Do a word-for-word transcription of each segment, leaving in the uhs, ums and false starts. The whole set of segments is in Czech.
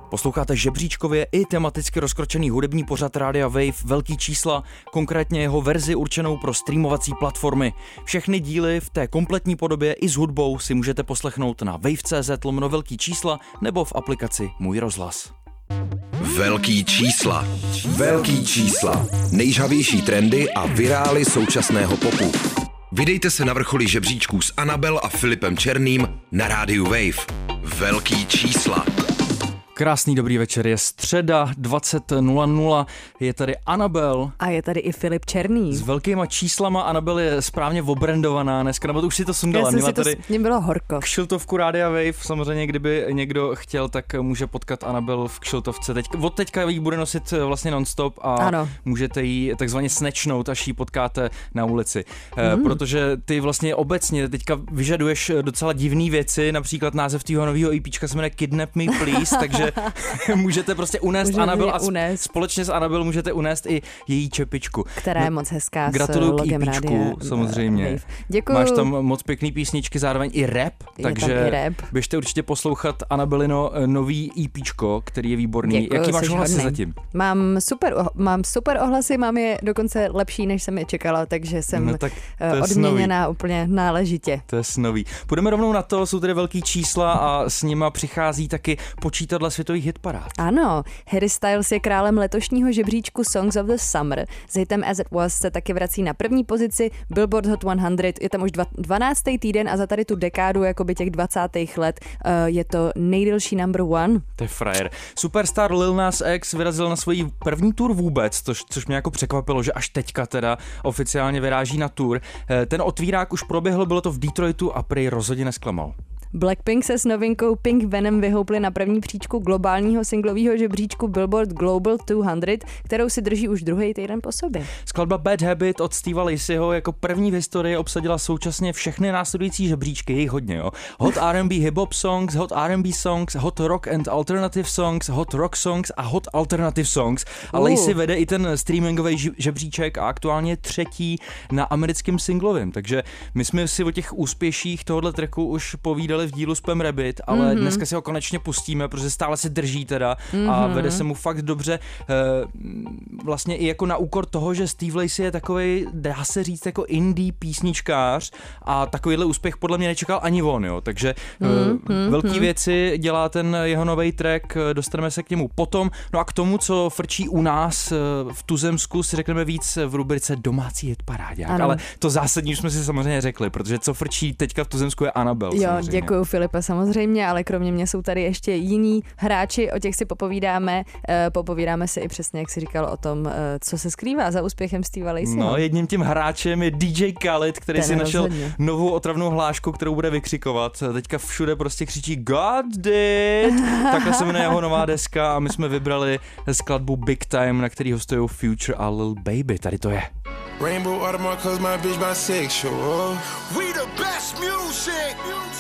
Posloucháte žebříčkově i tematicky rozkročený hudební pořad Rádia Wave Velký čísla, konkrétně jeho verzi určenou pro streamovací platformy. Všechny díly v té kompletní podobě i s hudbou si můžete poslechnout na wave tečka cz lomeno velký čísla nebo v aplikaci Můj rozhlas. Velký čísla. Velký čísla. Nejžhavější trendy a virály současného popu. Vydejte se na vrcholy žebříčků s Anabel a Filipem Černým na rádiu Wave. Velký čísla. Krásný dobrý večer, je středa dvacet nula nula, je tady Anabel. A je tady i Filip Černý. S velkýma číslama. Anabel je správně obrandovaná dneska, nebo to už si to sundala. Já jsem Měla si to, tady mě bylo horko. kšiltovku Rádia Wave, samozřejmě kdyby někdo chtěl, tak může potkat Anabel v kšiltovce. Teď, od teďka jí bude nosit vlastně non-stop a ano. Můžete jí takzvaně snatchnout, až ji potkáte na ulici. Mm. Protože ty vlastně obecně teďka vyžaduješ docela divné věci, například název tvýho nového EPčka se jmenuje Kidnap Me Please, takže můžete prostě unést Můžeme Anabel a unést. společně s Anabel můžete unést i její čepičku. Která je moc hezká. Gratuluju s k logem EPčku, Rádia samozřejmě. Děkuju. Máš tam moc pěkný písničky, zároveň i rap, je takže i rap. běžte určitě poslouchat Anabelino nový EPčko, který je výborný. Děkuju, Jaký máš ohlasy hodnej. zatím? Mám super, mám super ohlasy, mám je dokonce lepší, než jsem je čekala, takže jsem No tak odměněná snový. Úplně náležitě. To je snový. Půjdeme rovnou na to, jsou tady velký čísla a s nima přichází taky počítadla světových hitparád. Ano, Harry Styles je králem letošního žebříčku Songs of the Summer. S hitem As It Was se taky vrací na první pozici, Billboard Hot sto, je tam už dvanáctý týden a za tady tu dekádu jakoby těch dvacátých let uh, je to nejdelší number one. To je frajer. Superstar Lil Nas X vyrazil na svoji první tour vůbec, což, což mě jako překvapilo, že až teďka teda oficiálně vyráží na tour. Ten otvírák už proběhl, bylo to v Detroitu a prej rozhodně nesklamal. Blackpink se s novinkou Pink Venom vyhoupli na první příčku globálního singlového žebříčku Billboard Global dvě stě, kterou si drží už druhý týden po sobě. Skladba Bad Habit od Steva Lacyho jako první v historii obsadila současně všechny následující žebříčky, jejich hodně, jo. Hot R and B hip-hop songs, Hot R and B songs, Hot Rock and Alternative songs, Hot Rock songs a Hot Alternative songs. A uh. Lacy vede i ten streamingový žebříček a aktuálně je třetí na americkém singlovém, takže my jsme si o těch úspěších tohoto tracku už povídali v dílu Spam Rabbit, ale mm-hmm. dneska si ho konečně pustíme, protože stále se drží teda mm-hmm. a vede se mu fakt dobře. Vlastně i jako na úkor toho, že Steve Lacy je takovej, dá se říct, jako indie písničkář a takovýhle úspěch podle mě nečekal ani on, jo. Takže mm-hmm. velký věci dělá ten jeho nový track, dostaneme se k němu potom. No a k tomu, co frčí u nás v tuzemsku, si řekneme víc v rubrice Domácí hitparádě. Ale to zásadní už jsme si samozřejmě řekli, protože co frčí teďka v tuzemsku je Anabel. Jo, samozřejmě. Děkuju Filipe samozřejmě, ale kromě mě jsou tady ještě jiní hráči, o těch si popovídáme, e, popovídáme si i přesně, jak jsi říkal o tom, e, co se skrývá za úspěchem Steva Lacyho. No, jedním tím hráčem je D J Khaled, který Ten si našel rozhodně. novou otravnou hlášku, kterou bude vykřikovat. Teďka všude prostě křičí God did! Takhle se jmenuje jeho nová deska a my jsme vybrali skladbu Big Time, na který hostují Future a Lil Baby. Tady to je. Rainbow Audemars cause my bitch bisexual. We the best music.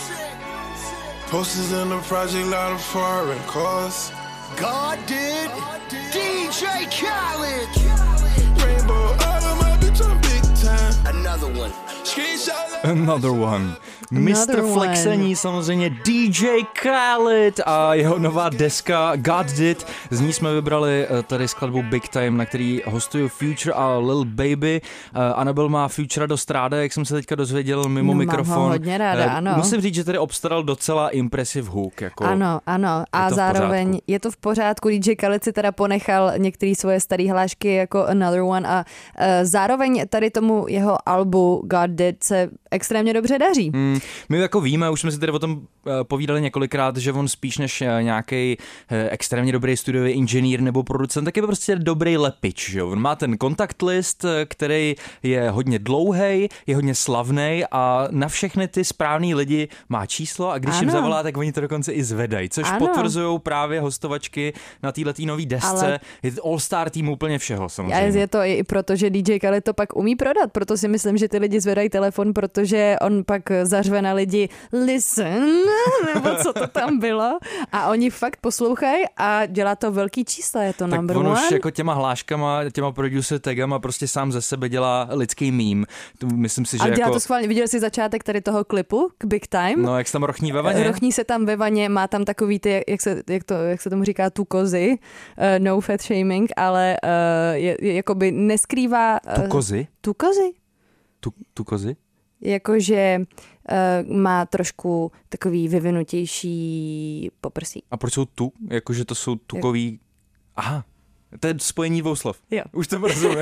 Posters in the project, lot of foreign cars. God did. D J Khaled. Rainbow Audemars, bitch, I'm big time. Another one. Another one. mistr Flexení, samozřejmě D J Khaled a jeho nová deska God Did. Z ní jsme vybrali tady skladbu Big Time, na který hostují Future a Lil Baby. Anabel má Futura dost ráda, jak jsem se teďka dozvěděl mimo no, mikrofon. Mám ho hodně ráda, ano. Musím říct, že tady obstaral docela impressive hook. Jako ano, ano. A zároveň je to v pořádku. D J Khaled si teda ponechal některé svoje staré hlášky jako Another One a uh, zároveň tady tomu jeho albu God Did se extrémně dobře daří. Hmm, my jako víme, už jsme si tady o tom uh, povídali několikrát, že on spíš než uh, nějaký uh, extrémně dobrý studiový inženýr nebo producent, tak je prostě dobrý lepič, že jo. On má ten kontakt list, uh, který je hodně dlouhej, je hodně slavnej a na všechny ty správný lidi má číslo a když ano. jim zavolá, tak oni to dokonce i zvedají, což potvrzují právě hostovačky na této nový desce. Ale je to all-star tým úplně všeho, samozřejmě. A je to i proto, že D J Khaled to pak umí prodat, proto si si myslím, že ty lidi zvedají telefon, protože on pak zařve na lidi listen, nebo co to tam bylo. A oni fakt poslouchají a dělá to velký čísla, je to tak number on one. už jako těma hláškama, těma producer tagama prostě sám ze sebe dělá lidský meme. Myslím si, že a dělá jako... to schválně. Viděl jsi začátek tady toho klipu k Big Time? No, jak se tam rochní ve vaně? Rochní se tam ve vaně, má tam takový ty, jak se, jak to, jak se tomu říká, tu kozy, uh, no fat shaming, ale uh, je, je, jakoby neskrývá... Uh, tu kozy? Tu kozy? Tu, tu kozy? Jakože uh, má trošku takový vyvinutější poprsí. A proč jsou tu? Jakože to jsou tukový... Aha. To je spojení dvou slov. Jo. Už to rozumím.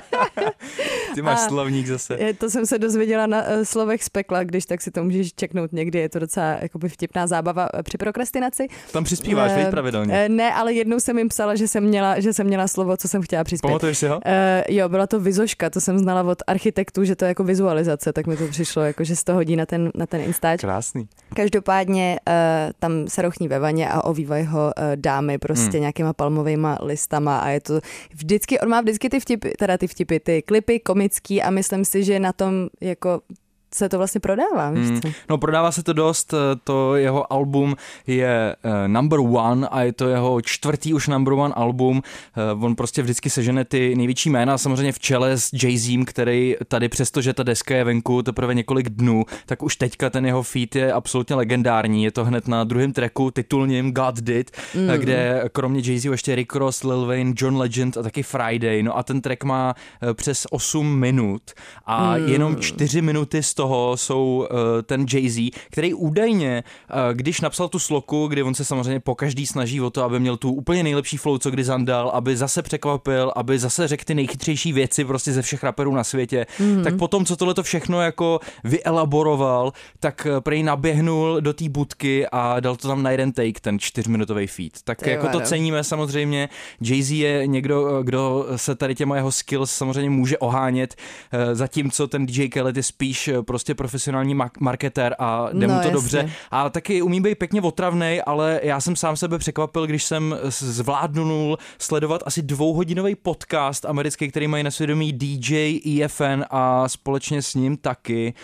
Ty máš a slovník zase. To jsem se dozvěděla na uh, slovech z pekla, když tak si to můžeš čeknout někdy. Je to docela jakoby vtipná zábava při prokrastinaci. Tam přispíváš, uh, veď pravidelně. Uh, ne, ale jednou jsem jim psala, že jsem měla, že jsem měla slovo, co jsem chtěla přispět. Pamatuješ si ho? Uh, jo, byla to vizoška, to jsem znala od architektů, že to je jako vizualizace, tak mi to přišlo, jako, že se to hodí na ten, na ten Instač. Krásný. Každopádně uh, tam se rochní ve vaně a ovývají ho uh, dámy prostě hmm. nějakýma palmovýma listama a je to vždycky, on má vždycky ty vtipy, teda ty vtipy, ty klipy komický a myslím si, že na tom jako se to vlastně prodává, víš co? Mm. No prodává se to dost, to jeho album je uh, number one a je to jeho čtvrtý už number one album. Uh, on prostě vždycky sežene ty největší jména, samozřejmě v čele s Jay-Zem, který tady přestože ta deska je venku teprve několik dnů, tak už teďka ten jeho feat je absolutně legendární. Je to hned na druhém tracku titulním God Did, mm. kde kromě Jay-Z ještě Rick Ross, Lil Wayne, John Legend a taky Friday. No a ten track má uh, přes osm minut a mm. jenom čtyři minuty z toho jsou uh, ten Jay-Z, který údajně, uh, když napsal tu sloku, kdy on se samozřejmě pokaždý snaží o to, aby měl tu úplně nejlepší flow, co kdy zandal, aby zase překvapil, aby zase řekl ty nejchytřejší věci prostě ze všech raperů na světě, mm. tak potom, co tohleto všechno jako vyelaboroval, tak uh, prej naběhnul do té budky a dal to tam na jeden take, ten čtyřminutový feat. Tak Ty jako to ceníme samozřejmě. Jay-Z je někdo, kdo se tady těma jeho skills samozřejmě může ohánět, uh, zatímco ten D J Khaled je spíš uh, prostě profesionální marketér a jde no, mu to jasně. dobře. A taky umí být pěkně otravnej, ale já jsem sám sebe překvapil, když jsem zvládnul sledovat asi dvouhodinový podcast americký, který mají na svědomí D J E F N a společně s ním taky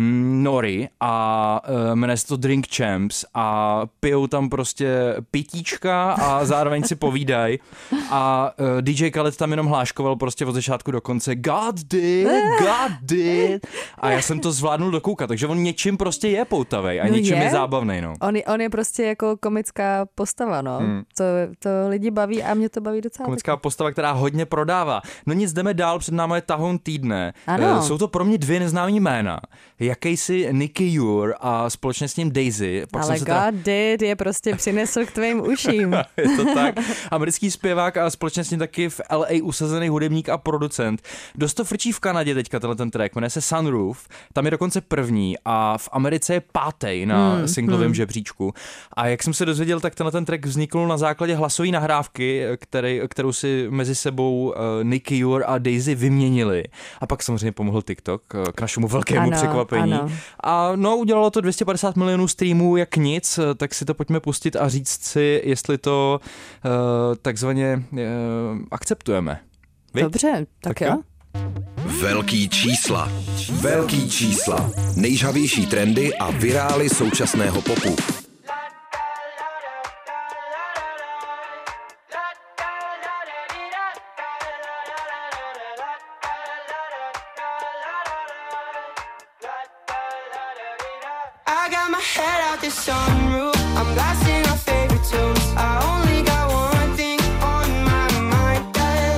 Nori a uh, jmenuje se to Drink Champs a pijou tam prostě pitíčka a zároveň si povídají a uh, D J Khaled tam jenom hláškoval prostě od začátku do konce God did, God did a já jsem to zvládnul dokoukat, takže on něčím prostě je poutavej a no něčím je, je zábavnej, no. On je, on je prostě jako komická postava, no. Hmm. To, to lidi baví a mě to baví docela. Komická taky. postava, která hodně prodává. No nic, jdeme dál, před námi je tahoun týdne. Ano. Jsou to pro mě dvě neznámý jména. Jakýsi Nicky Ure a společně s ním Daisy. Pak Ale God teda... did je prostě přinesl k tvým uším. Je to tak. Americký zpěvák a společně s ním taky v L A usazený hudebník a producent. Dost to frčí v Kanadě teďka tenhle ten track, jmenuje se Sunroof. Tam je dokonce první a v Americe je pátý na hmm, singlovém hmm. žebříčku. A jak jsem se dozvěděl, tak tenhle ten track vznikl na základě hlasové nahrávky, který, kterou si mezi sebou uh, Nicky Ure a Daisy vyměnili. A pak samozřejmě pomohl TikTok k našemu velkému ano, překvapení. Ano. A no, udělalo to dvě stě padesát milionů streamů jak nic, tak si to pojďme pustit a říct si, jestli to uh, takzvaně uh, akceptujeme. Víš? Dobře, tak, tak jo. jo. Velký čísla. Velký čísla. Nejžhavější trendy a virály současného popu. I got my head out the sunroof. I'm blasting our favorite tunes. I only got one thing on my mind.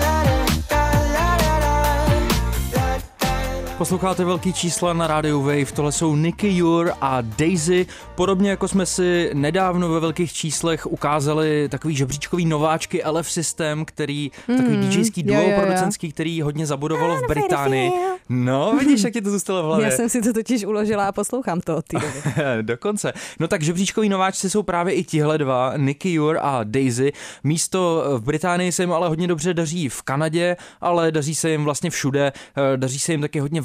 Posloucháte velký čísla na rádiu Wave, tohle jsou Nicky Ure a Daisy. Podobně jako jsme si nedávno ve velkých číslech ukázali takový žebříčkový nováčky L F System, který, mm, takový DJský duo jo, jo, jo. producentský, který hodně zabudovalo v Británii. No, vidíš, jak ti to zůstalo v hlavě. Já jsem si to totiž uložila a poslouchám to od té doby. Dokonce. No tak žebříčkoví nováčci jsou právě i tihle dva, Nicky Ure a Daisy. Místo v Británii se jim ale hodně dobře daří v Kanadě, ale daří se jim vlastně všude. Daří se jim taky hodně v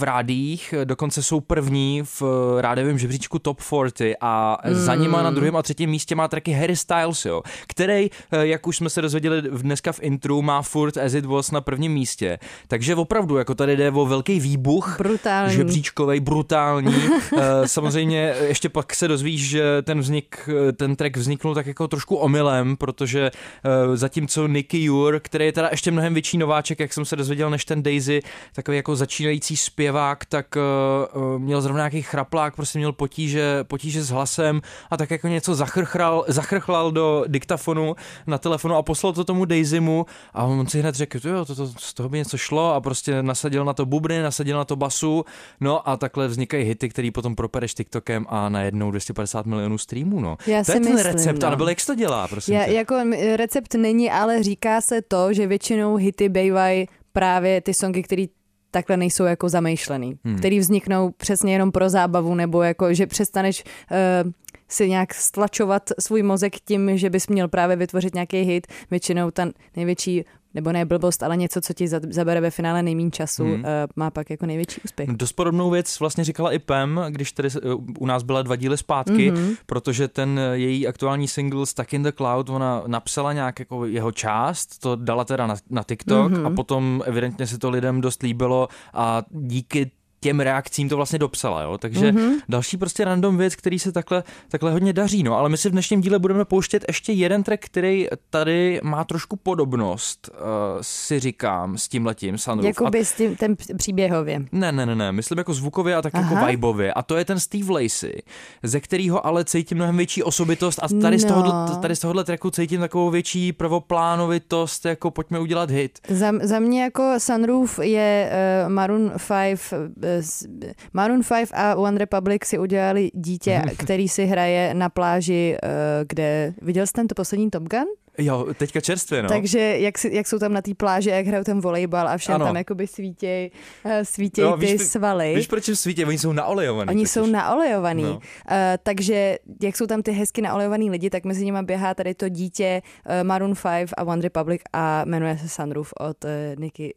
v rádiích, dokonce jsou první v rádiovém žebříčku Top čtyřicet a mm. za nima na druhém a třetím místě má tracky Harry Styles, jo, který, jak už jsme se dozvěděli dneska v intru, má furt As It Was na prvním místě. Takže opravdu, jako tady jde o velký výbuch. Brutální. Žebříčkovej, brutální. Samozřejmě ještě pak se dozvíš, že ten vznik, ten track vzniknul tak jako trošku omylem, protože zatímco Nicky Jur, který je teda ještě mnohem větší nováček, jak jsem se dozvěděl, než ten Daisy, takový jako začínající zpěvák, tak uh, měl zrovna nějaký chraplák, prostě měl potíže, potíže s hlasem a tak jako něco zachrchlal, zachrchlal do diktafonu na telefonu a poslal to tomu Daisymu a on si hned řekl, jo, to, to, z toho by něco šlo a prostě nasadil na to bubny, nasadil na to basu, no a takhle vznikají hity, který potom propereš TikTokem a najednou dvě stě padesát milionů streamů, no. Já to je myslím, ten recept, no. ale byl jak se to dělá, prosím Já, tě. jako recept není, ale říká se to, že většinou hity bývají právě ty songy, které takhle nejsou jako zamýšlený, hmm. který vzniknou přesně jenom pro zábavu, nebo jako, že přestaneš uh, si nějak stlačovat svůj mozek tím, že bys měl právě vytvořit nějaký hit. Většinou ta největší, nebo ne blbost, ale něco, co ti zabere ve finále nejméně času, hmm. uh, má pak jako největší úspěch. Dost podobnou věc vlastně říkala i Pam, když tady u nás byla dva díly zpátky, mm-hmm. protože ten její aktuální single Stuck in the Cloud, ona napsala nějak jako jeho část, to dala teda na, na TikTok mm-hmm. a potom evidentně se to lidem dost líbilo a díky těm reakcím to vlastně dopsala, jo, takže mm-hmm. další prostě random věc, který se takhle, takhle hodně daří, no, ale my si v dnešním díle budeme pouštět ještě jeden track, který tady má trošku podobnost, uh, si říkám, s tímhletím, Sunroof. Jakoby s tím, ten příběhově. Ne, ne, ne, ne, myslím jako zvukově a tak Aha. jako vibeově a to je ten Steve Lacy, ze kterého ale cítím mnohem větší osobitost a tady, no. z tohohle, tady z tohohle tracku cítím takovou větší prvoplánovitost, jako pojďme udělat hit. Za, za mě jako Sunroof je uh, Maroon pět uh, Maroon pět a One Republic si udělali dítě, který si hraje na pláži, kde... Viděl jsi ten to poslední Top Gun? Jo, teďka čerstvě, no. Takže jak, si, jak jsou tam na té pláži, jak hrajou ten volejbal a všem ano. tam jakoby svítěj, svítěj no, ty víš, svaly. Víš, proč svítě? Oni jsou naolejovaný. Oni totiž. jsou naolejovaný. No. Uh, takže jak jsou tam ty hezky naolejovaný lidi, tak mezi nimi běhá tady to dítě uh, Maroon pět a One Republic a jmenuje se Sunroof od uh, Nicky.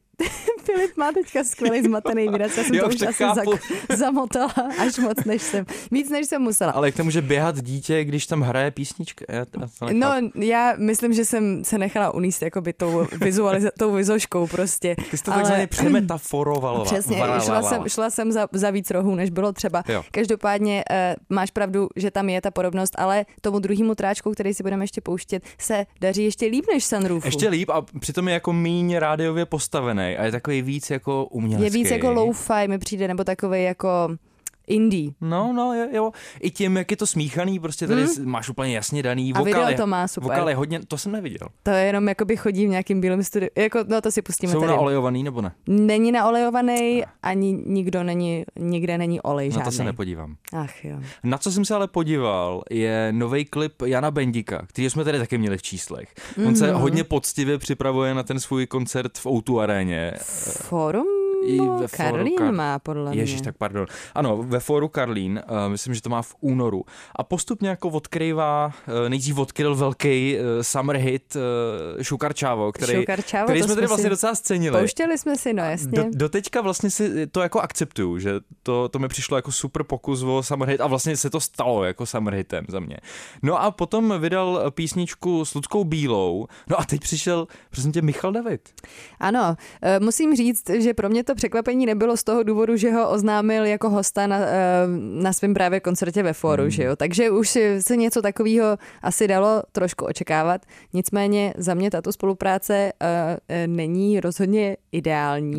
Filip má teďka skvělý zmatený výraz, já jsem jo, to už asi zak- zamotala až moc, než jsem, víc než jsem musela. Ale jak to může běhat dítě, když tam hraje písnička? Já to no, já myslím, že jsem se nechala uníst jakoby tou, vizualiz- tou vizoškou prostě. Ty jsi to ale... takzvaně přemetaforovala. Přesně, šla jsem, šla jsem za, za víc rohů, než bylo třeba. Jo. Každopádně uh, máš pravdu, že tam je ta podobnost, ale tomu druhému tráčku, který si budeme ještě pouštět, se daří ještě líp než Sunroofu. Ještě líp a přitom je jako míň rádiově postavený a je takový víc jako umělecký. Je víc jako lo-fi mi přijde, nebo takový jako indie. No, no, jo, jo. I tím, jak je to smíchaný, prostě tady hmm. máš úplně jasně daný vokál. A video to má super. Vokál je hodně, to jsem neviděl. To je jenom jakoby chodí v nějakým bílém studiu. Jako, no to si pustíme Jsou tady. naolejovaný nebo ne? Není naolejovaný, ani nikdo není, nikde není olej žádný. Na to se nepodívám. Ach jo. Na co jsem se ale podíval, je nový klip Jana Bendika, který jsme tady taky měli v číslech. On mm-hmm. se hodně poctivě připravuje na ten svůj koncert v ó dva aréně. Forum? I ve Karlín Kar... má, podle mě. Ježiš, tak pardon. Ano, ve fóru Karlín, uh, myslím, že to má v únoru. A postupně jako odkrývá, uh, nejdřív odkryl velký uh, summer hit uh, Šukarčávo, který, Šukarčávo, který jsme tady vlastně si... docela scenili. Pouštěli jsme si, no jasně. Do, doteďka vlastně si to jako akceptuju, že to, to mi přišlo jako super pokus o summer hit a vlastně se to stalo jako summer hitem za mě. No a potom vydal písničku s Luckou Bílou, no a teď přišel, prosím tě, Michal David. Ano, musím říct, že pro mě to překvapení nebylo z toho důvodu, že ho oznámil jako hosta na, na svém právě koncertě ve fóru, hmm. že jo. Takže už se něco takového asi dalo trošku očekávat. Nicméně za mě tato spolupráce uh, není rozhodně ideální.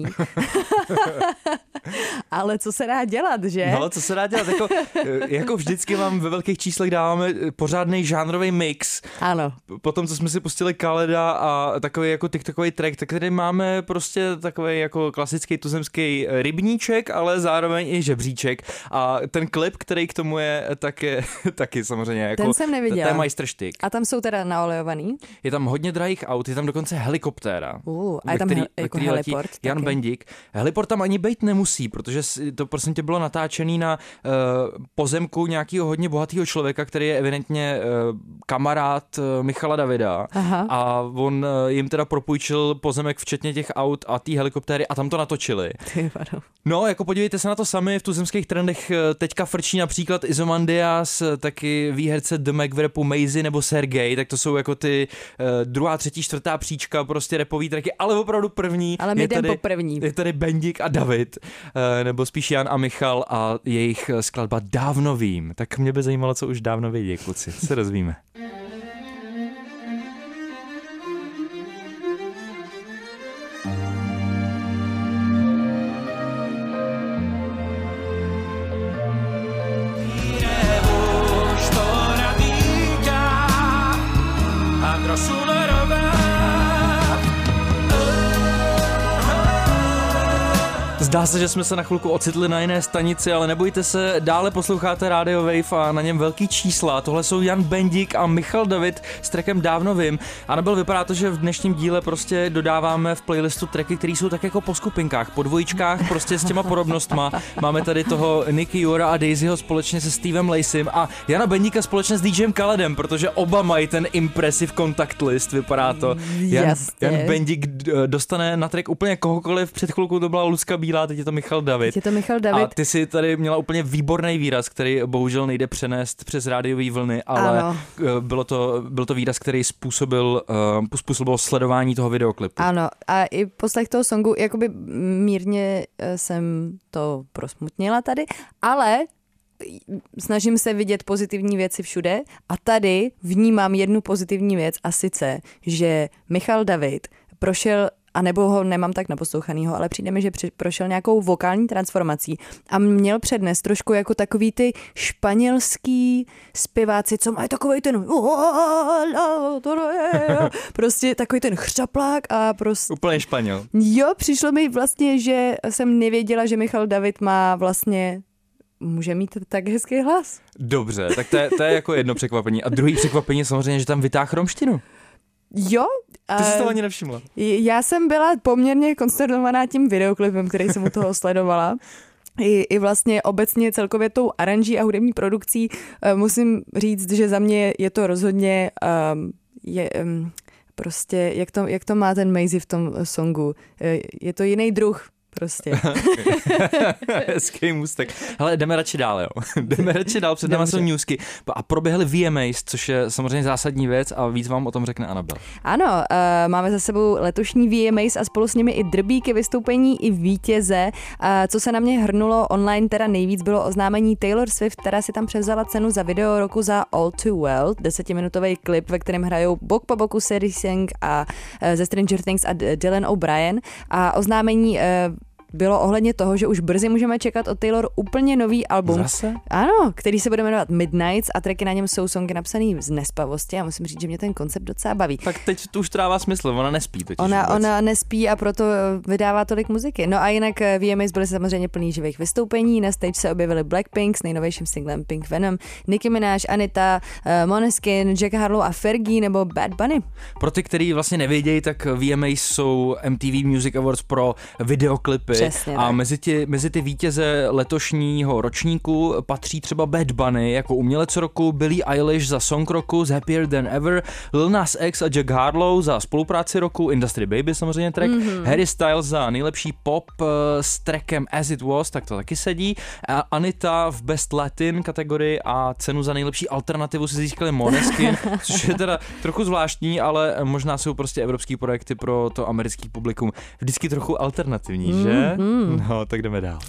Ale co se dá dělat, že? No, co se dá dělat? Jako, jako vždycky vám ve velkých číslech dáváme pořádný žánrový mix. Ano. Potom, co jsme si pustili Khaleda a takový jako TikTokový track, tak tady máme prostě takový jako klasický tuzemský rybníček, ale zároveň i žebříček. A ten klip, který k tomu je, tak je taky samozřejmě jako... Ten jsem neviděla. To je majstrštyk. A tam jsou teda naolejovaný? Je tam hodně drahých aut, je tam dokonce helikoptéra. Uh, a je tam který, hel, jako heliport. Jan Bendik. Heliport tam ani bejt nemusí, protože to prosím tě bylo natáčený na uh, pozemku nějakého hodně bohatého člověka, který je evidentně uh, kamarád uh, Michala Davida. Aha. A on uh, jim teda propůjčil pozemek včetně těch aut a té helikoptéry a tam to natočil. natočili. No, jako podívejte se na to sami, v tuzemských trendech teďka frčí například Izomandias, taky výherce The Mac v rapu Maisie nebo Sergej, tak to jsou jako ty uh, druhá, třetí, čtvrtá příčka, prostě rapový tracky, ale opravdu první. Ale my jdem po první. Je tady Bendik a David, uh, nebo spíš Jan a Michal a jejich skladba Dávno vím. Tak mě by zajímalo, co už dávno vědí, kluci. Se rozvíme. Zdá se, že jsme se na chvilku ocitli na jiné stanici, ale nebojte se, dále posloucháte Radio Wave a na něm velký čísla. Tohle jsou Jan Bendik a Michal David s trackem Dávno vím. A nebyl vypadá to, že v dnešním díle prostě dodáváme v playlistu tracky, které jsou tak jako po skupinkách, po dvojičkách, prostě s těma podobnostma. Máme tady toho Nicky Jura a Daisyho společně se Stevem Lacem a Jana Bendika společně s DJem Khaledem, protože oba mají ten impressive contact list, vypadá to. Jan, Jan Bendik dostane na track úplně kohokoliv, před chvilkou to byla Lucka Bílá, teď je to Michal David. Teď je to Michal David. A ty si tady měla úplně výborný výraz, který bohužel nejde přenést přes rádiové vlny, ale ano. bylo to, byl to výraz, který způsobil, uh, způsobil sledování toho videoklipu. Ano, a i poslech toho songu, jakoby mírně jsem to prosmutnila tady, ale snažím se vidět pozitivní věci všude a tady vnímám jednu pozitivní věc a sice, že Michal David prošel, a nebo ho nemám tak naposlouchanýho, ale přijde mi, že prošel nějakou vokální transformací a měl přednes trošku jako takový ty španělský zpěváci, co mají takovej ten prostě takový ten chřaplák a prostě... Úplně Španěl. Jo, přišlo mi vlastně, že jsem nevěděla, že Michal David má vlastně může mít tak hezký hlas. Dobře, tak to je, to je jako jedno překvapení. A druhý překvapení je samozřejmě, že tam vytáhl romštinu. Jo. Ty jsi to ani nevšimla. Já jsem byla poměrně konsternovaná tím videoklipem, který jsem u toho sledovala. I, I vlastně obecně celkově tou aranží a hudební produkcí uh, musím říct, že za mě je to rozhodně um, je, um, prostě, jak to, jak to má ten Maisie v tom songu. Uh, je to jiný druh. Prostě. Hezký můstek. Hele, jdeme radši dál, jo. jdeme radši dál, před námi jsou newsky. A proběhly V M As, což je samozřejmě zásadní věc a víc vám o tom řekne Anabel. Ano, uh, máme za sebou letošní V M As a spolu s nimi i drbíky vystoupení, i vítěze. Uh, co se na mě hrnulo online teda nejvíc, bylo oznámení Taylor Swift, která si tam převzala cenu za video roku za All Too Well, desetiminutový klip, ve kterém hrajou bok po boku Sadie Sink a uh, ze Stranger Things a Dylan O'Brien. A oznámení uh, bylo ohledně toho, že už brzy můžeme čekat od Taylor úplně nový album. Zase? Ano, který se bude jmenovat Midnights a tracky na něm jsou songy napsaný z nespavosti a musím říct, že mě ten koncept docela baví. Tak teď to už trává smysl, ona nespí totiž. Ona, ona nespí a proto vydává tolik muziky. No a jinak V M As byly samozřejmě plný živých vystoupení, na stage se objevili Blackpink s nejnovějším singlem Pink Venom, Nicki Minaj, Anita, Måneskin, Jack Harlow a Fergie nebo Bad Bunny. Pro ty, kteří vlastně nevědějí, tak V M As jsou M T V Music Awards pro videoklipy. Přesně, a mezi ty, mezi ty vítěze letošního ročníku patří třeba Bad Bunny jako umělec roku, Billie Eilish za song roku s Happier Than Ever, Lil Nas X a Jack Harlow za spolupráci roku, Industry Baby samozřejmě track, mm-hmm. Harry Styles za nejlepší pop uh, s trackem As It Was, tak to taky sedí, a Anita v Best Latin kategorii a cenu za nejlepší alternativu si získali Måneskin, což je teda trochu zvláštní, ale možná jsou prostě evropský projekty pro to americký publikum vždycky trochu alternativní, mm-hmm. že? No, tak jdeme dál.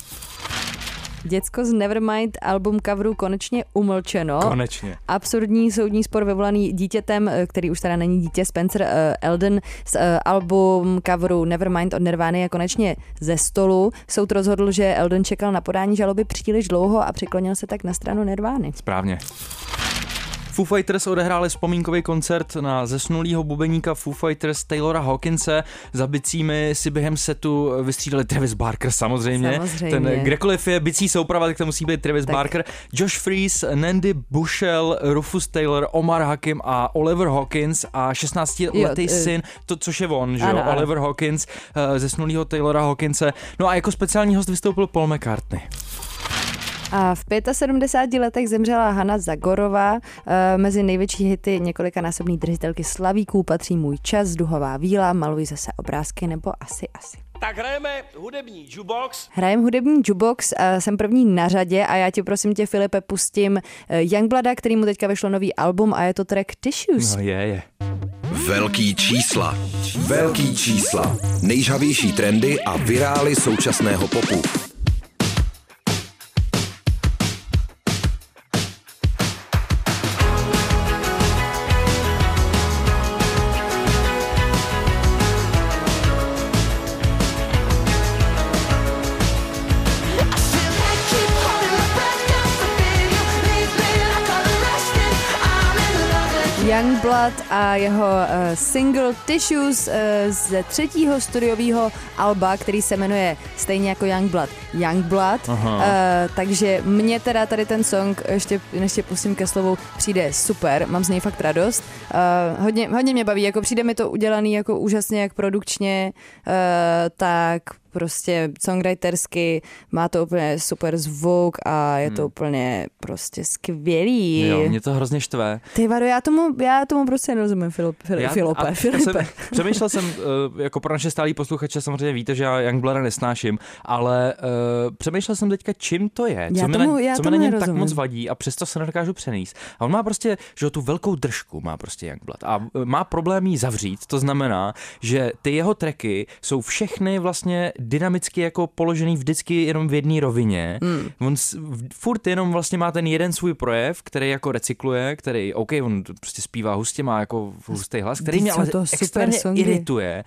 Děcko z Nevermind album coveru konečně umlčeno. Konečně. Absurdní soudní spor vyvolaný dítětem, který už teda není dítě, Spencer uh, Elden z uh, album coveru Nevermind od Nirvány je konečně ze stolu. Soud rozhodl, že Elden čekal na podání žaloby příliš dlouho a přiklonil se tak na stranu Nirvány. Správně. Foo Fighters odehráli vzpomínkový koncert na zesnulýho bubeníka Foo Fighters Taylora Hawkinse. Za bicími si během setu vystřídali Travis Barker samozřejmě. samozřejmě. Ten kdekoliv je bicí souprava, tak to musí být Travis tak. Barker. Josh Freese, Nandy Bushell, Rufus Taylor, Omar Hakim a Oliver Hawkins a šestnáctiletý syn, to, což je on, že jo? Oliver Hawkins, zesnulýho Taylora Hawkinse. No a jako speciální host vystoupil Paul McCartney. A v sedmdesáti pěti letech zemřela Hana Zagorová. Mezi největší hity několikanásobný držitelky slavíků patří Můj čas, Duhová víla, Maluj zase obrázky nebo Asi asi. Tak hrajeme hudební jukebox. Hrajem hudební jukebox, a jsem první na řadě a já ti prosím tě, Filipe, pustím Youngblooda, který mu teďka vyšlo nový album a je to track Tissues. No je, je. Velký čísla. Velký čísla. Nejžhavější trendy a virály současného popu. Youngblood a jeho uh, single Tissues uh, ze třetího studiového alba, který se jmenuje stejně jako Youngblood Youngblood. Uh, takže mě teda tady ten song, ještě, než tě pustím ke slovu, přijde super, mám z něj fakt radost. Uh, hodně, hodně mě baví, jako přijde mi to udělaný jako úžasně jak produkčně, uh, tak prostě songwritersky, má to úplně super zvuk a je to hmm. úplně prostě skvělý. Jo, mě to hrozně štve. Ty vado, já tomu, já tomu prostě nerozumím, Filip, Filip, já, Filipe. Filipe. Jsem, přemýšlel jsem, jako pro naše stálý posluchače samozřejmě víte, že já Youngblooda nesnáším, ale uh, přemýšlel jsem teďka, čím to je, co mi na, co mi na něm nerozumím. Tak moc vadí a přesto se nedokážu přenést. A on má prostě, že tu velkou držku má prostě Youngblood a má problém jí zavřít, to znamená, že ty jeho tracky jsou všechny vlastně dynamicky jako položený vždycky jenom v jedné rovině. Mm. On furt jenom vlastně má ten jeden svůj projev, který jako recykluje, který, OK, on prostě zpívá hustě, má jako hustý hlas, který mě ale extrémně irituje.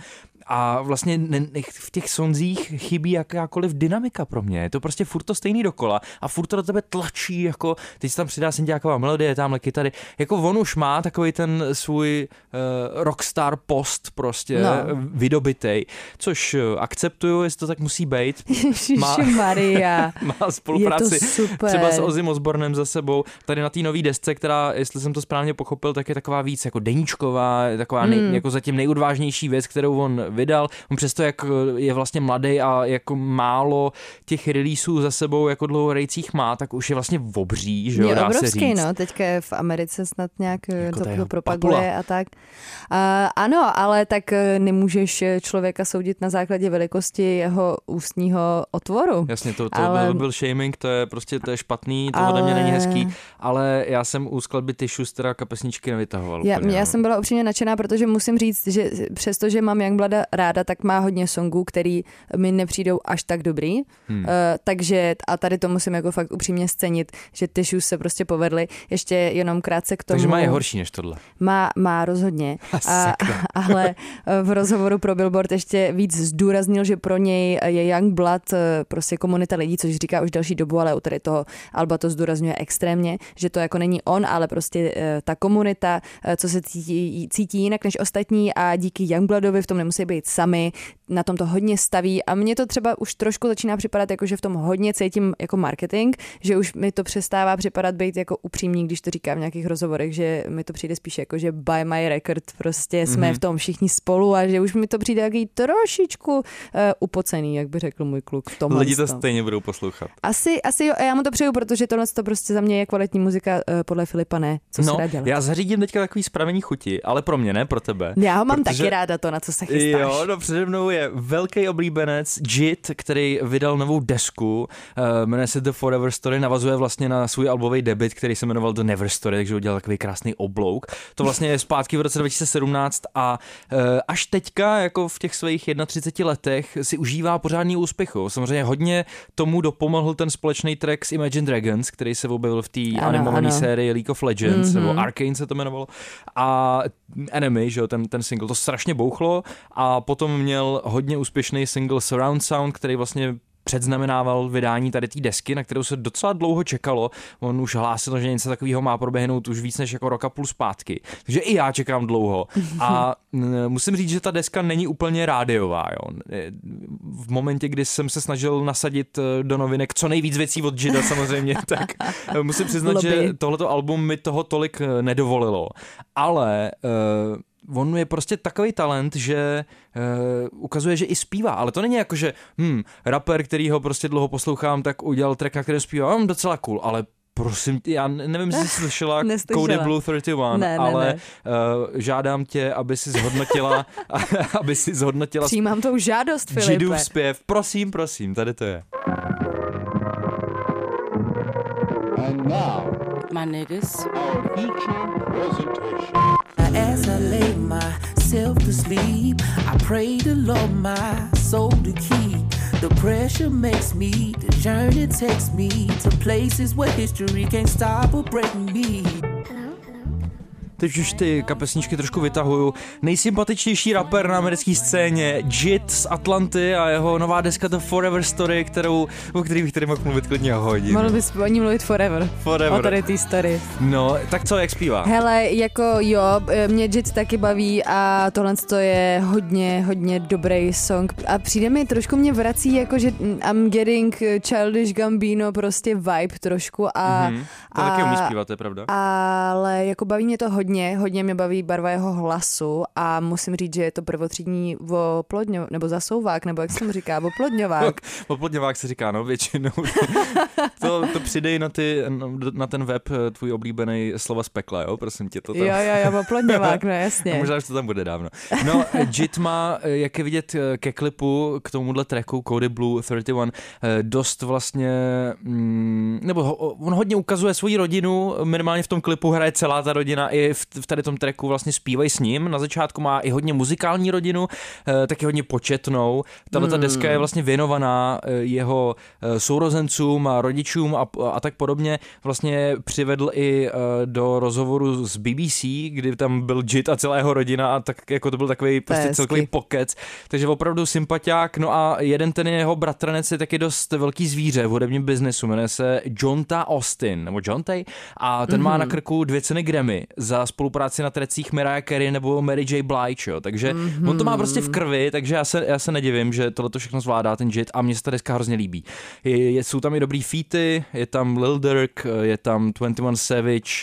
A vlastně ne, ne, v těch sonzích chybí jakákoliv dynamika pro mě. Je to prostě furt to stejný dokola a furt to do tebe tlačí, jako teď se tam přidá synťáková melodie, tamhle kytary. Jako on už má takový ten svůj uh, rockstar post prostě no. vydobitej, což akceptuju, jestli to tak musí být. Má, Maria. má spolupráci třeba s Ozzy Osbournem za sebou. Tady na té nový desce, která, jestli jsem to správně pochopil, tak je taková víc jako deníčková, taková nej, mm. jako zatím nejodvážnější věc, kterou on vydal. On přesto, jak je vlastně mladý a jako málo těch releaseů za sebou jako dlouhorejcích má, tak už je vlastně obří, že jo, dá obrovský, se říct. No, teďka v Americe snad nějak jako to propaguje papula. A tak. Uh, ano, ale tak nemůžeš člověka soudit na základě velikosti jeho ústního otvoru. Jasně, to, to ale... byl, byl shaming, to je prostě to je špatný, to ale... ode mě není hezký, ale já jsem u skladby Tissues teda kapesničky nevytahoval. Já, úplně, já no. jsem byla upřímně nadšená, protože musím říct, že přestože mám Youngblooda ráda, tak má hodně songů, který mi nepřijdou až tak dobrý. Hmm. Uh, takže a tady to musím jako fakt upřímně scenit, že Tissues se prostě povedly. Ještě jenom krátce k tomu. Takže má je horší než tohle. Má, má rozhodně. A, ale v rozhovoru pro Billboard ještě víc zdůraznil, že pro něj je Youngblood prostě komunita lidí, což říká už další dobu, ale u tady toho alba to zdůrazňuje extrémně, že to jako není on, ale prostě ta komunita, co se cítí, cítí jinak než ostatní a díky Youngbloodovi v tom nemusí být sami, na tom to hodně staví a mně to třeba už trošku začíná připadat jako, že v tom hodně cítím jako marketing, že už mi to přestává připadat být jako upřímný, když to říkám v nějakých rozhovorech, že mi to přijde spíš jako, že buy my record, prostě jsme mm-hmm. v tom všichni spolu a že už mi to přijde jaký trošičku uh, upocený, jak by řekl můj kluk. Lidi to stejně budou poslouchat. Asi, asi jo, já mu to přeju, protože tohle to prostě za mě je kvalitní muzika, uh, podle Filipa ne. Co no, se dá dělat? Já zařídím teďka takový spravení chuti, ale pro mě ne, pro tebe. Já ho mám protože... taky ráda to, na co se chystáš. Jo, no přede mnou je velký oblíbenec Jit, který vydal novou desku, uh, jmenuje se The Forever Story, navazuje vlastně na svůj albový debut, který se jmenoval The Never Story, takže udělal takový krásný oblouk. To vlastně je zpátky v roce dva tisíce sedmnáct a uh, až teďka, jako v těch svých třiceti jedněch letech, si užívá pořádný úspěchu. Samozřejmě hodně tomu dopomohl ten společný track s Imagine Dragons, který se objevil v té animované sérii League of Legends, mm-hmm. nebo Arcane se to jmenovalo, a Enemy, že jo, ten, ten single, to strašně bouchlo a potom měl hodně úspěšný single Surround Sound, který vlastně předznamenával vydání tady té desky, na kterou se docela dlouho čekalo. On už hlásil, že něco takového má proběhnout už víc než jako roka půl zpátky. Takže i já čekám dlouho. A musím říct, že ta deska není úplně rádiová. Jo. V momentě, kdy jsem se snažil nasadit do novinek co nejvíc věcí od Jida samozřejmě, tak musím přiznat, Lobby. že tohleto album mi toho tolik nedovolilo. Ale uh, on je prostě takový talent, že uh, ukazuje, že i zpívá, ale to není jako, že hm, rapper, který ho prostě dlouho poslouchám, tak udělal track, na kterém zpívá, on docela cool, ale Prosím, já nevím, jestli jsi slyšela Cody Blue třicet jedna, ne, ne, ale ne. Uh, žádám tě, aby si zhodnotila, aby si zhodnotila... Přijímám tou žádost, Filipe. Jidův zpěv. Prosím, prosím, tady to je. And now, my niggas, our feature presentation. as I lay myself to sleep, I pray the Lord my soul to keep. The pressure makes me, the journey takes me to places where history can't stop or break me. Teď už ty kapesníčky trošku vytahuju. Nejsympatičnější rapper na americké scéně, Jit z Atlanty a jeho nová deska The Forever Story, kterou, o který bych tady mohl mluvit klidně hodin. Mohl bys o ní mluvit forever. Forever. O tady té story. No, tak co, jak zpívá? Hele, jako jo, mě Jit taky baví a tohle to je hodně, hodně dobrý song. A přijde mi, trošku mě vrací, jako že I'm getting Childish Gambino prostě vibe trošku a... Mm-hmm. To taky umí zpívat, to je pravda. Ale jako baví mě to hodně. Hodně, hodně mě baví barva jeho hlasu a musím říct, že je to prvotřídní oplodňovák, nebo zasouvák, nebo jak se mu říká, oplodňovák. Oplodňovák se říká, no většinou. to, to přidej na, ty, na ten web tvůj oblíbený slova z pekla, jo, prosím tě. To tam... Jo, jo, jo, oplodňovák, no jasně. A možná, že to tam bude dávno. No, Jit má, jak je vidět ke klipu, k tomuhle tracku Cody Blue třicet jedna, dost vlastně, nebo on hodně ukazuje svoji rodinu, minimálně v tom klipu hraje celá ta rodina i v v tady tom tracku vlastně zpívají s ním. Na začátku má i hodně muzikální rodinu, taky hodně početnou. Tahle ta deska je vlastně věnovaná jeho sourozencům a rodičům a, a tak podobně. Vlastně přivedl i do rozhovoru z B B C, kdy tam byl Jit a celá jeho rodina a tak jako to byl takový prostě celkový pokec. Takže opravdu sympatiák. No a jeden ten jeho bratranec je taky dost velký zvíře v hudebním biznesu. Jmenuje se Jonta Austin, nebo Jontay, a ten mm-hmm. má na krku dvě ceny Grammy za spolupráci na trecích Mariah Carey nebo Mary J. Blige, jo. Takže mm-hmm. on to má prostě v krvi, takže já se, já se nedivím, že tohle všechno zvládá ten Jit a mně se ta deska hrozně líbí. Je, je, jsou tam i dobrý featy, je tam Lil Durk, je tam dvacet jedna Savage,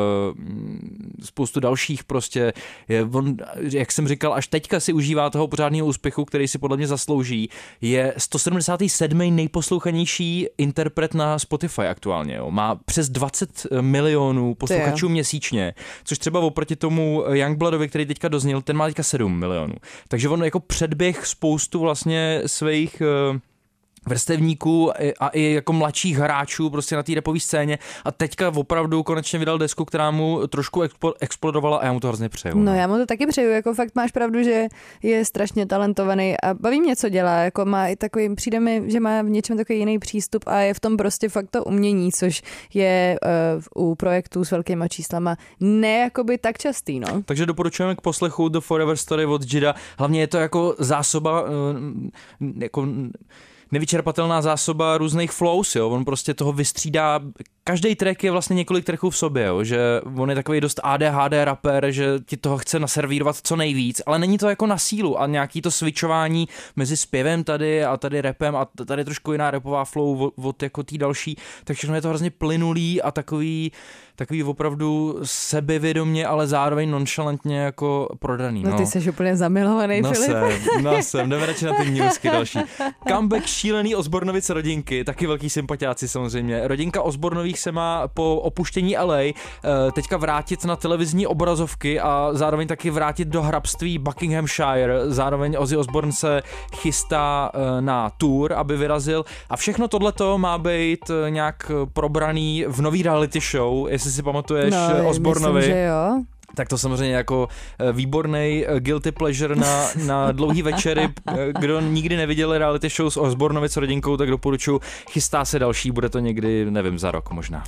spoustu dalších prostě. Je, on, jak jsem říkal, až teďka si užívá toho pořádného úspěchu, který si podle mě zaslouží. Je sto sedmdesátý sedmý nejposlouchanější interpret na Spotify aktuálně, jo. Má přes dvacet milionů posluchačů měsíčně, což třeba oproti tomu Youngbloodovi, který teďka dozněl, ten má teďka sedm milionů. Takže on jako předběh spoustu vlastně svých uh, vrstevníků a i jako mladších hráčů prostě na té rapové scéně a teďka opravdu konečně vydal desku, která mu trošku expo- explodovala a já mu to hrozně přeju. No já mu to taky přeju, jako fakt máš pravdu, že je strašně talentovaný a baví mě, co dělá, jako má i takový, přijde mi, že má v něčem takový jiný přístup a je v tom prostě fakt to umění, což je uh, u projektů s velkýma číslama ne jakoby tak častý, no. Takže doporučujeme k poslechu The Forever Story od Jida, hlavně je to jako zásoba uh, jako nevyčerpatelná zásoba různých flows, jo. On prostě toho vystřídá, každý track je vlastně několik tracků v sobě, jo. Že on je takový dost A D H D rapper, že ti toho chce naservírovat co nejvíc, ale není to jako na sílu a nějaký to switchování mezi zpěvem tady a tady rapem a tady trošku jiná rapová flow od, od jako tý další, tak všechno je to hrozně plynulý a takový takový opravdu sebevědomě, ale zároveň nonchalantně jako prodaný. No, no ty jsi úplně zamilovaný, no Filip. Jsem, no jsem, jdeme radši na ty newsky další. Comeback šílený Osbornovic rodinky, taky velký sympatiáci samozřejmě. Rodinka Osbornových se má po opuštění L A teďka vrátit na televizní obrazovky a zároveň taky vrátit do hrabství Buckinghamshire. Zároveň Ozzy Osbourne se chystá na tour, aby vyrazil a všechno tohleto má být nějak probraný v nový reality show, jestli si pamatuješ no, Osbornovi. Myslím, že jo. Tak to samozřejmě jako výborný guilty pleasure na, na dlouhý večery. Kdo nikdy neviděl reality show s Osbornovi s rodinkou, tak doporučuji. Chystá se další, bude to někdy, nevím, za rok možná.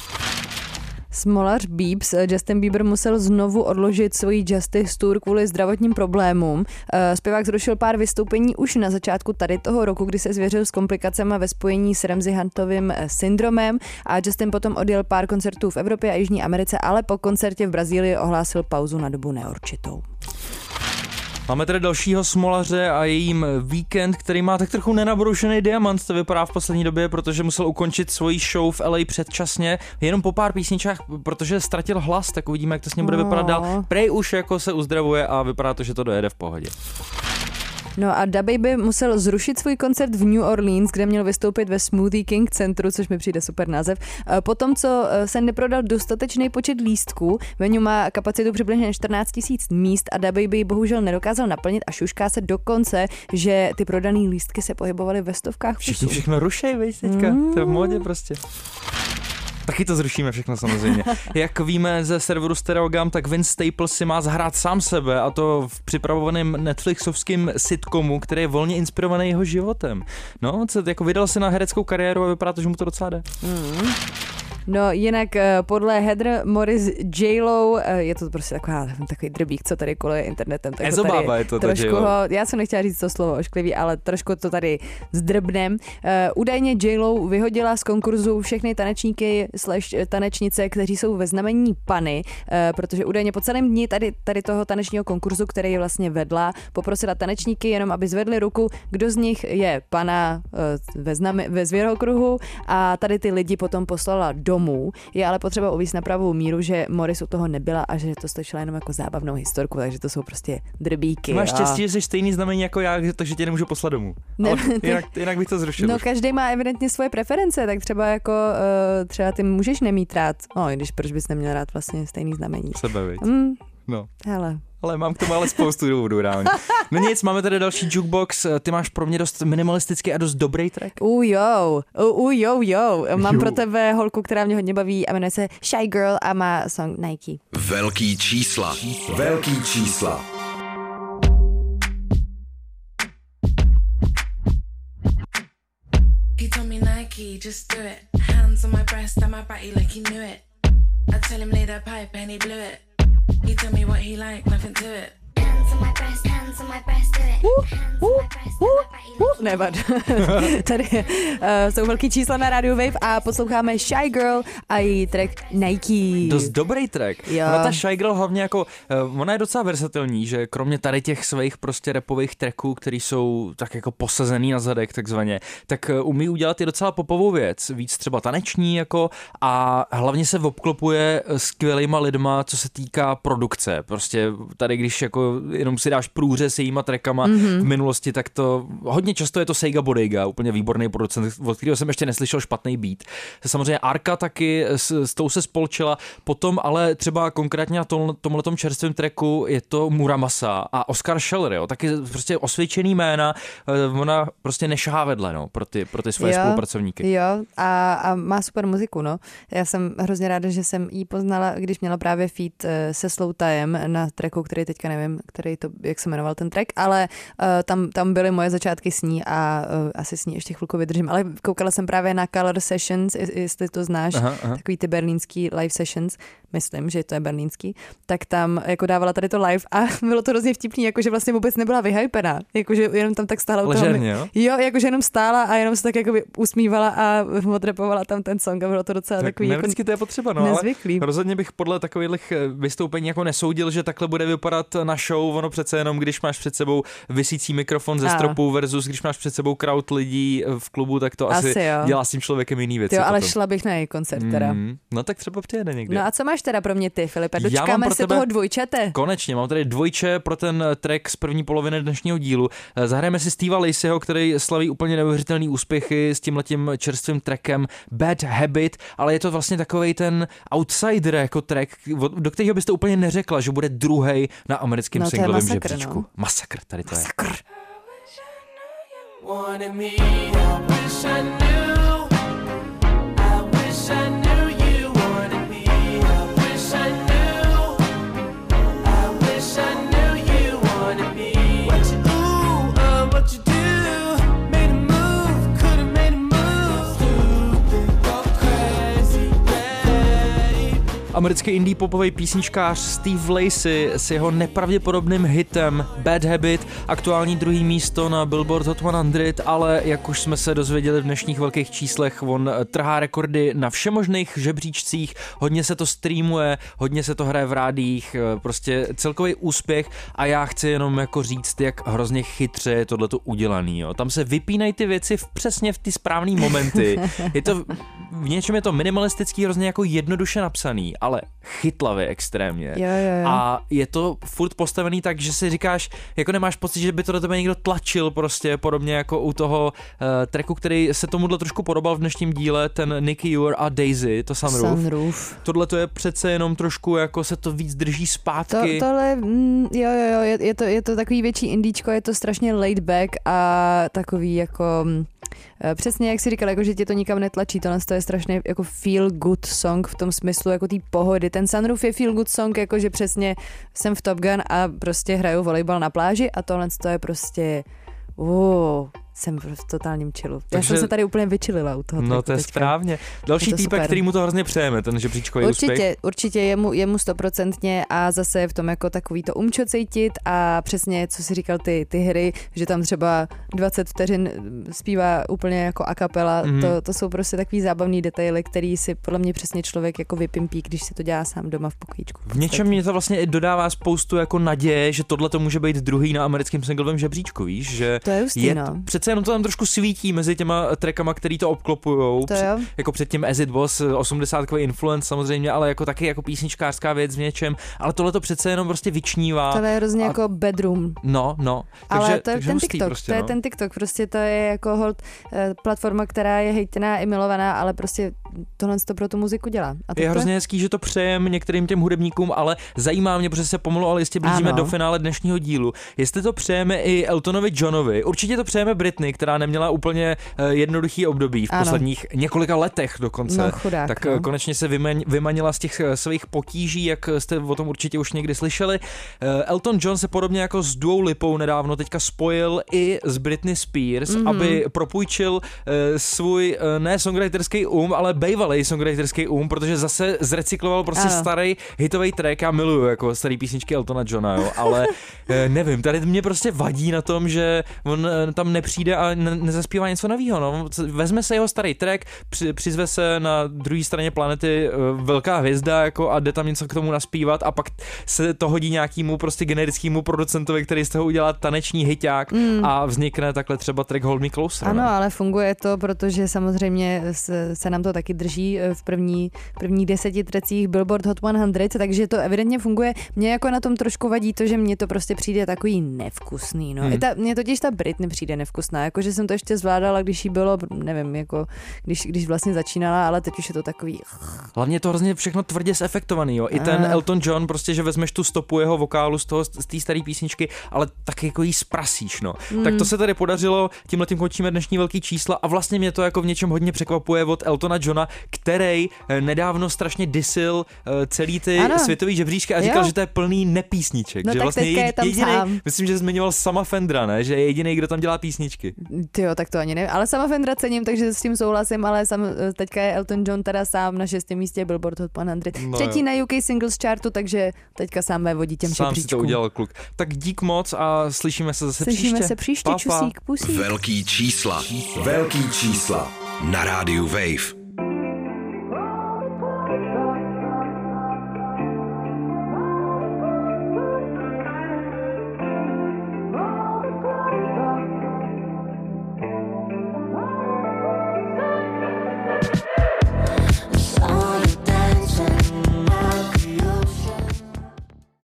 Smolař Biebs, Justin Bieber musel znovu odložit svoji Justice Tour kvůli zdravotním problémům. Zpěvák zrušil pár vystoupení už na začátku tady toho roku, kdy se zvěřil s komplikacemi ve spojení s Ramsey Huntovým syndromem a Justin potom odjel pár koncertů v Evropě a Jižní Americe, ale po koncertě v Brazílii ohlásil pauzu na dobu neurčitou. Máme tady dalšího smolaře a jejím Weekend, který má tak trochu nenabroušený diamant, to vypadá v poslední době, protože musel ukončit svoji show v L A předčasně, jenom po pár písničkách, protože ztratil hlas, tak uvidíme, jak to s ním bude vypadat dál. Prej už jako se uzdravuje a vypadá to, že to dojede v pohodě. No a DaBaby musel zrušit svůj koncert v New Orleans, kde měl vystoupit ve Smoothie King centru, což mi přijde super název. Potom, co se neprodal dostatečný počet lístků, venue má kapacitu přibližně čtrnáct tisíc míst a DaBaby bohužel nedokázal naplnit a šušká se dokonce, že ty prodaný lístky se pohybovaly ve stovkách kusů. Všichni všechno rušej, víš, teďka. Mm. To je v módě prostě. Taky to zrušíme všechno samozřejmě. Jak víme ze serveru Stereogam, tak Vince Staples si má zahrát sám sebe, a to v připravovaném Netflixovském sitcomu, který je volně inspirovaný jeho životem. No, co, jako vydal se na hereckou kariéru a vypadá to, že mu to docela jde. Mm. No jinak podle Heather Morris J-Lo, je to prostě taková, takový drbík, co tady koluje internetem. Tak Ezobába je to trošku ho, já jsem nechtěla říct to slovo ošklivý, ale trošku to tady zdrbnem. Uh, údajně J-Lo vyhodila z konkurzu všechny tanečníky slash tanečnice, kteří jsou ve znamení Pany, uh, protože údajně po celém dni tady, tady toho tanečního konkurzu, který je vlastně vedla, poprosila tanečníky jenom, aby zvedli ruku, kdo z nich je Pana uh, ve, zname, ve zvěrokruhu, a tady ty lidi potom poslala do domů. Je ale potřeba uvíct na pravou míru, že Morris u toho nebyla a že to stačilo jenom jako zábavnou historku, takže to jsou prostě drbíky. Máš štěstí, že jsi stejný znamení jako já, takže tě nemůžu poslat domů. Ne, ale jinak, jinak bych to zrušil. No už. Každý má evidentně svoje preference, tak třeba jako uh, třeba ty můžeš nemít rád. No, i když proč bys neměl rád vlastně stejný znamení. Sebe, viď? Mm. No. Hele. Ale mám k tomu ale spoustu důvodů reálně. No nic, máme tady další jukebox. Ty máš pro mě dost minimalistický a dost dobrý track. Uh jo, uh, uh jo jo. Mám jo. pro tebe holku, která mě hodně baví a jmenuje se Shy Girl a má song Nike. Velký čísla. Velký čísla. He told me Nike, just do it. Hands on my breast and my body like he knew it. I tell him lay that pipe and he blew it. He told me what he liked, nothing to it. Hands on my breast, hands on my breast, do it. Hands on my breast, and my body like he Nevad. Tady uh, jsou velký čísla na Radio Wave a posloucháme Shy Girl a její track Nike. Dost dobrý track. Jo. Ona ta Shy Girl hlavně jako, uh, ona je docela versatilní, že kromě tady těch svých prostě rapových tracků, který jsou tak jako posazený na zadek takzvaně, tak uh, umí udělat i docela popovou věc, víc třeba taneční jako, a hlavně se obklopuje skvělýma lidma, co se týká produkce. Prostě tady, když jako jenom si dáš průřez jejíma trackama mm-hmm. v minulosti, tak to hodně často je to Sega Bodega, úplně výborný producent, od kterého jsem ještě neslyšel špatný beat. Samozřejmě Arka taky, s, s tou se spolčila, potom ale třeba konkrétně na tom, tomhletom čerstvém tracku je to Muramasa a Oscar Scheller, jo, taky prostě osvědčený jména, ona prostě nešahá vedle, no, pro ty, pro ty svoje jo, spolupracovníky. Jo, a, a má super muziku, no. Já jsem hrozně ráda, že jsem jí poznala, když měla právě feat se Slowtime na tracku, který teďka nevím, který to, jak se jmenoval ten track, ale uh, tam, tam byly moje začátky s ní a uh, asi s ní ještě chvilku vydržím, ale koukala jsem právě na Color Sessions, jestli to znáš, aha, aha. takový ty berlínský live sessions, myslím, že to je berlínský, tak tam jako dávala tady to live a bylo to hrozně vtipný, jakože vlastně vůbec nebyla vyhypená, jakože jenom tam tak stála u toho. Ležerně, jo? Jo, jakože jenom stála a jenom se tak jako usmívala a odrepovala tam ten song a bylo to docela tak takový jako jako to je potřeba, no, nezvyklý. Ale rozhodně bych podle takových vystoupení jako nesoudil, že takhle bude vypadat na show, ono přece jenom, když máš před sebou visící mikrofon ze stropu versus když máš před sebou crowd lidí v klubu, tak to asi, asi dělá s tím člověkem jiný věci. Jo, ale potom. šla bych na její koncert teda. Mm, no tak třeba přijede někdy. No a co máš teda pro mě ty, Filipe? Dočkáme se toho dvojčete. Konečně, mám tady dvojče pro ten track z první poloviny dnešního dílu. Zahrajeme si Steva Lacyho, který slaví úplně neuvěřitelný úspěchy s tímhletím čerstvým trackem Bad Habit, ale je to vlastně takovej ten outsider jako track, do kterého byste úplně neřekla, že bude druhej na americkém no, singlovém žebříčku. No. Masakr, tady to Masakr. je. Americký indie popový písničkář Steve Lacy s jeho nepravděpodobným hitem Bad Habit, aktuální druhý místo na Billboard Hot sto, ale jak už jsme se dozvěděli v dnešních velkých číslech, on trhá rekordy na všemožných žebříčcích, hodně se to streamuje, hodně se to hraje v rádiích, prostě celkový úspěch a já chci jenom jako říct, jak hrozně chytře je tohleto udělaný. Jo. Tam se vypínají ty věci v, přesně v ty správný momenty. Je to, v něčem je to minimalistický, hrozně jako jednoduše napsaný, ale ale chytlavě extrémně. Jo, jo, jo. A je to furt postavený tak, že si říkáš, jako nemáš pocit, že by to do tebe někdo tlačil prostě, podobně jako u toho uh, tracku, který se tomuhle trošku podobal v dnešním díle, ten Nicky Ure a Daisy, to Sunroof. Sunroof. Tohle to je přece jenom trošku, jako se to víc drží zpátky. To, tohle, mm, jo, jo, jo, je, je, to, je to takový větší indíčko, je to strašně laid back a takový jako... Přesně jak jsi říkal, jako, že tě to nikam netlačí, tohle je strašně jako feel good song v tom smyslu jako té pohody. Ten Sunroof je feel good song, jako že přesně jsem v Top Gun a prostě hraju volejbal na pláži a tohle je prostě uh, jsem v totálním chillu. Já Takže... jsem se tady úplně vyčilila u toho. No to je teďka. Správně. Další týpek, který mu to hrozně přejeme, ten žebříčkový úspěch. Určitě, určitě jemu, jemu stoprocentně a zase je v tom jako takový to umčo cítit a přesně, co si říkal ty, ty hry, že tam třeba dvacet vteřin zpívá úplně jako a cappella, mm. to, to jsou prostě takový zábavný detaily, který si podle mě přesně člověk jako vypimpí, když si to dělá sám doma v pokojíčku. V něčem mě to vlastně dodává spoustu jako naděje, že tohle to může být druhý na americkém singlovém žebříčku, víš, že to je hustý, je, no. Přece jenom to tam trošku svítí mezi těma trackama, který to obklopujou. To jo. Jako předtím As It Was, osmdesátkový influence samozřejmě, ale jako taky jako písničkářská věc v něčem, ale tohle to přece jenom prostě vyčnívá. To je hrozně a... jako bedroom. No, no. Ale takže, to je takže ten hustý TikTok, prostě, to je no. ten TikTok, prostě to je jako hold eh, platforma, která je hejtená i milovaná, ale prostě tohle to pro tu muziku dělá. A je hrozně hezký, že to přejem některým těm hudebníkům, ale zajímá mě, protože se pomalu, ale jistě blížíme ano. do finále dnešního dílu. Jestli to přejeme i Eltonovi Johnovi, určitě to přejeme Britney, která neměla úplně jednoduchý období v ano. posledních několika letech dokonce. No, chudák, tak no. konečně se vymaň, vymanila z těch svých potíží, jak jste o tom určitě už někdy slyšeli. Elton John se podobně jako s Duou Lipou nedávno teďka spojil i s Britney Spears, mm-hmm. aby propůjčil svůj ne songwriterský um, ale bývalý songwriterský um, protože zase zrecykloval prostě ano. starý hitový track. Já miluju jako starý písničky Eltona Johna, jo, ale nevím, tady mě prostě vadí na tom, že on tam nepřijde a ne- nezaspívá něco nového. No. Vezme se jeho starý track, při- přizve se na druhé straně planety uh, velká hvězda jako a jde tam něco k tomu naspívat a pak se to hodí nějakému prostě generickému producentovi, který z toho udělá taneční hiťák mm. a vznikne takhle třeba track Hold Me Closer. Ano, no. ale funguje to, protože samozřejmě se, se nám to taky drží v první, první deseti trecích Billboard Hot sto, takže to evidentně funguje. Mně jako na tom trošku vadí to, že mně to prostě přijde takový nevkusný. No. Hmm. Ta, mně totiž ta Britney přijde nevkusná, jakože jsem to ještě zvládala, když jí bylo, nevím, jako když, když vlastně začínala, ale teď už je to takový... Hlavně je to hrozně všechno tvrdě zefektovaný, jo. I A... ten Elton John, prostě, že vezmeš tu stopu jeho vokálu z toho, z té staré písničky, ale tak jako jí zprasíš, no. Hmm. Tak to se tady podařilo, tímhletím končíme dnešní velký čísla a vlastně mě to jako v něčem hodně překvapuje od Eltona Johna, který nedávno strašně disil celý ty ano. světový žebříčky a říkal, jo. že to je plný nepísniček. No že tak vlastně teďka je tam jedinej, sám. myslím, že zmiňoval sama Fendra, ne? Že je jediný, kdo tam dělá písničky. Tyjo, tak to ani nevím. Ale sama Fendra cením, takže s tím souhlasím, ale sam, teďka je Elton John teda sám na šestém místě Billboard Hot sto. No Třetí jo. na U K Singles Chartu, takže teďka sám vévodí těm sám žebříčkům. Si to udělal kluk. Tak dík moc a slyšíme se zase slyšíme příště. se příště, pa, čusík, pusík. Velký čísla. Velký čísla. Na rádiu Wave.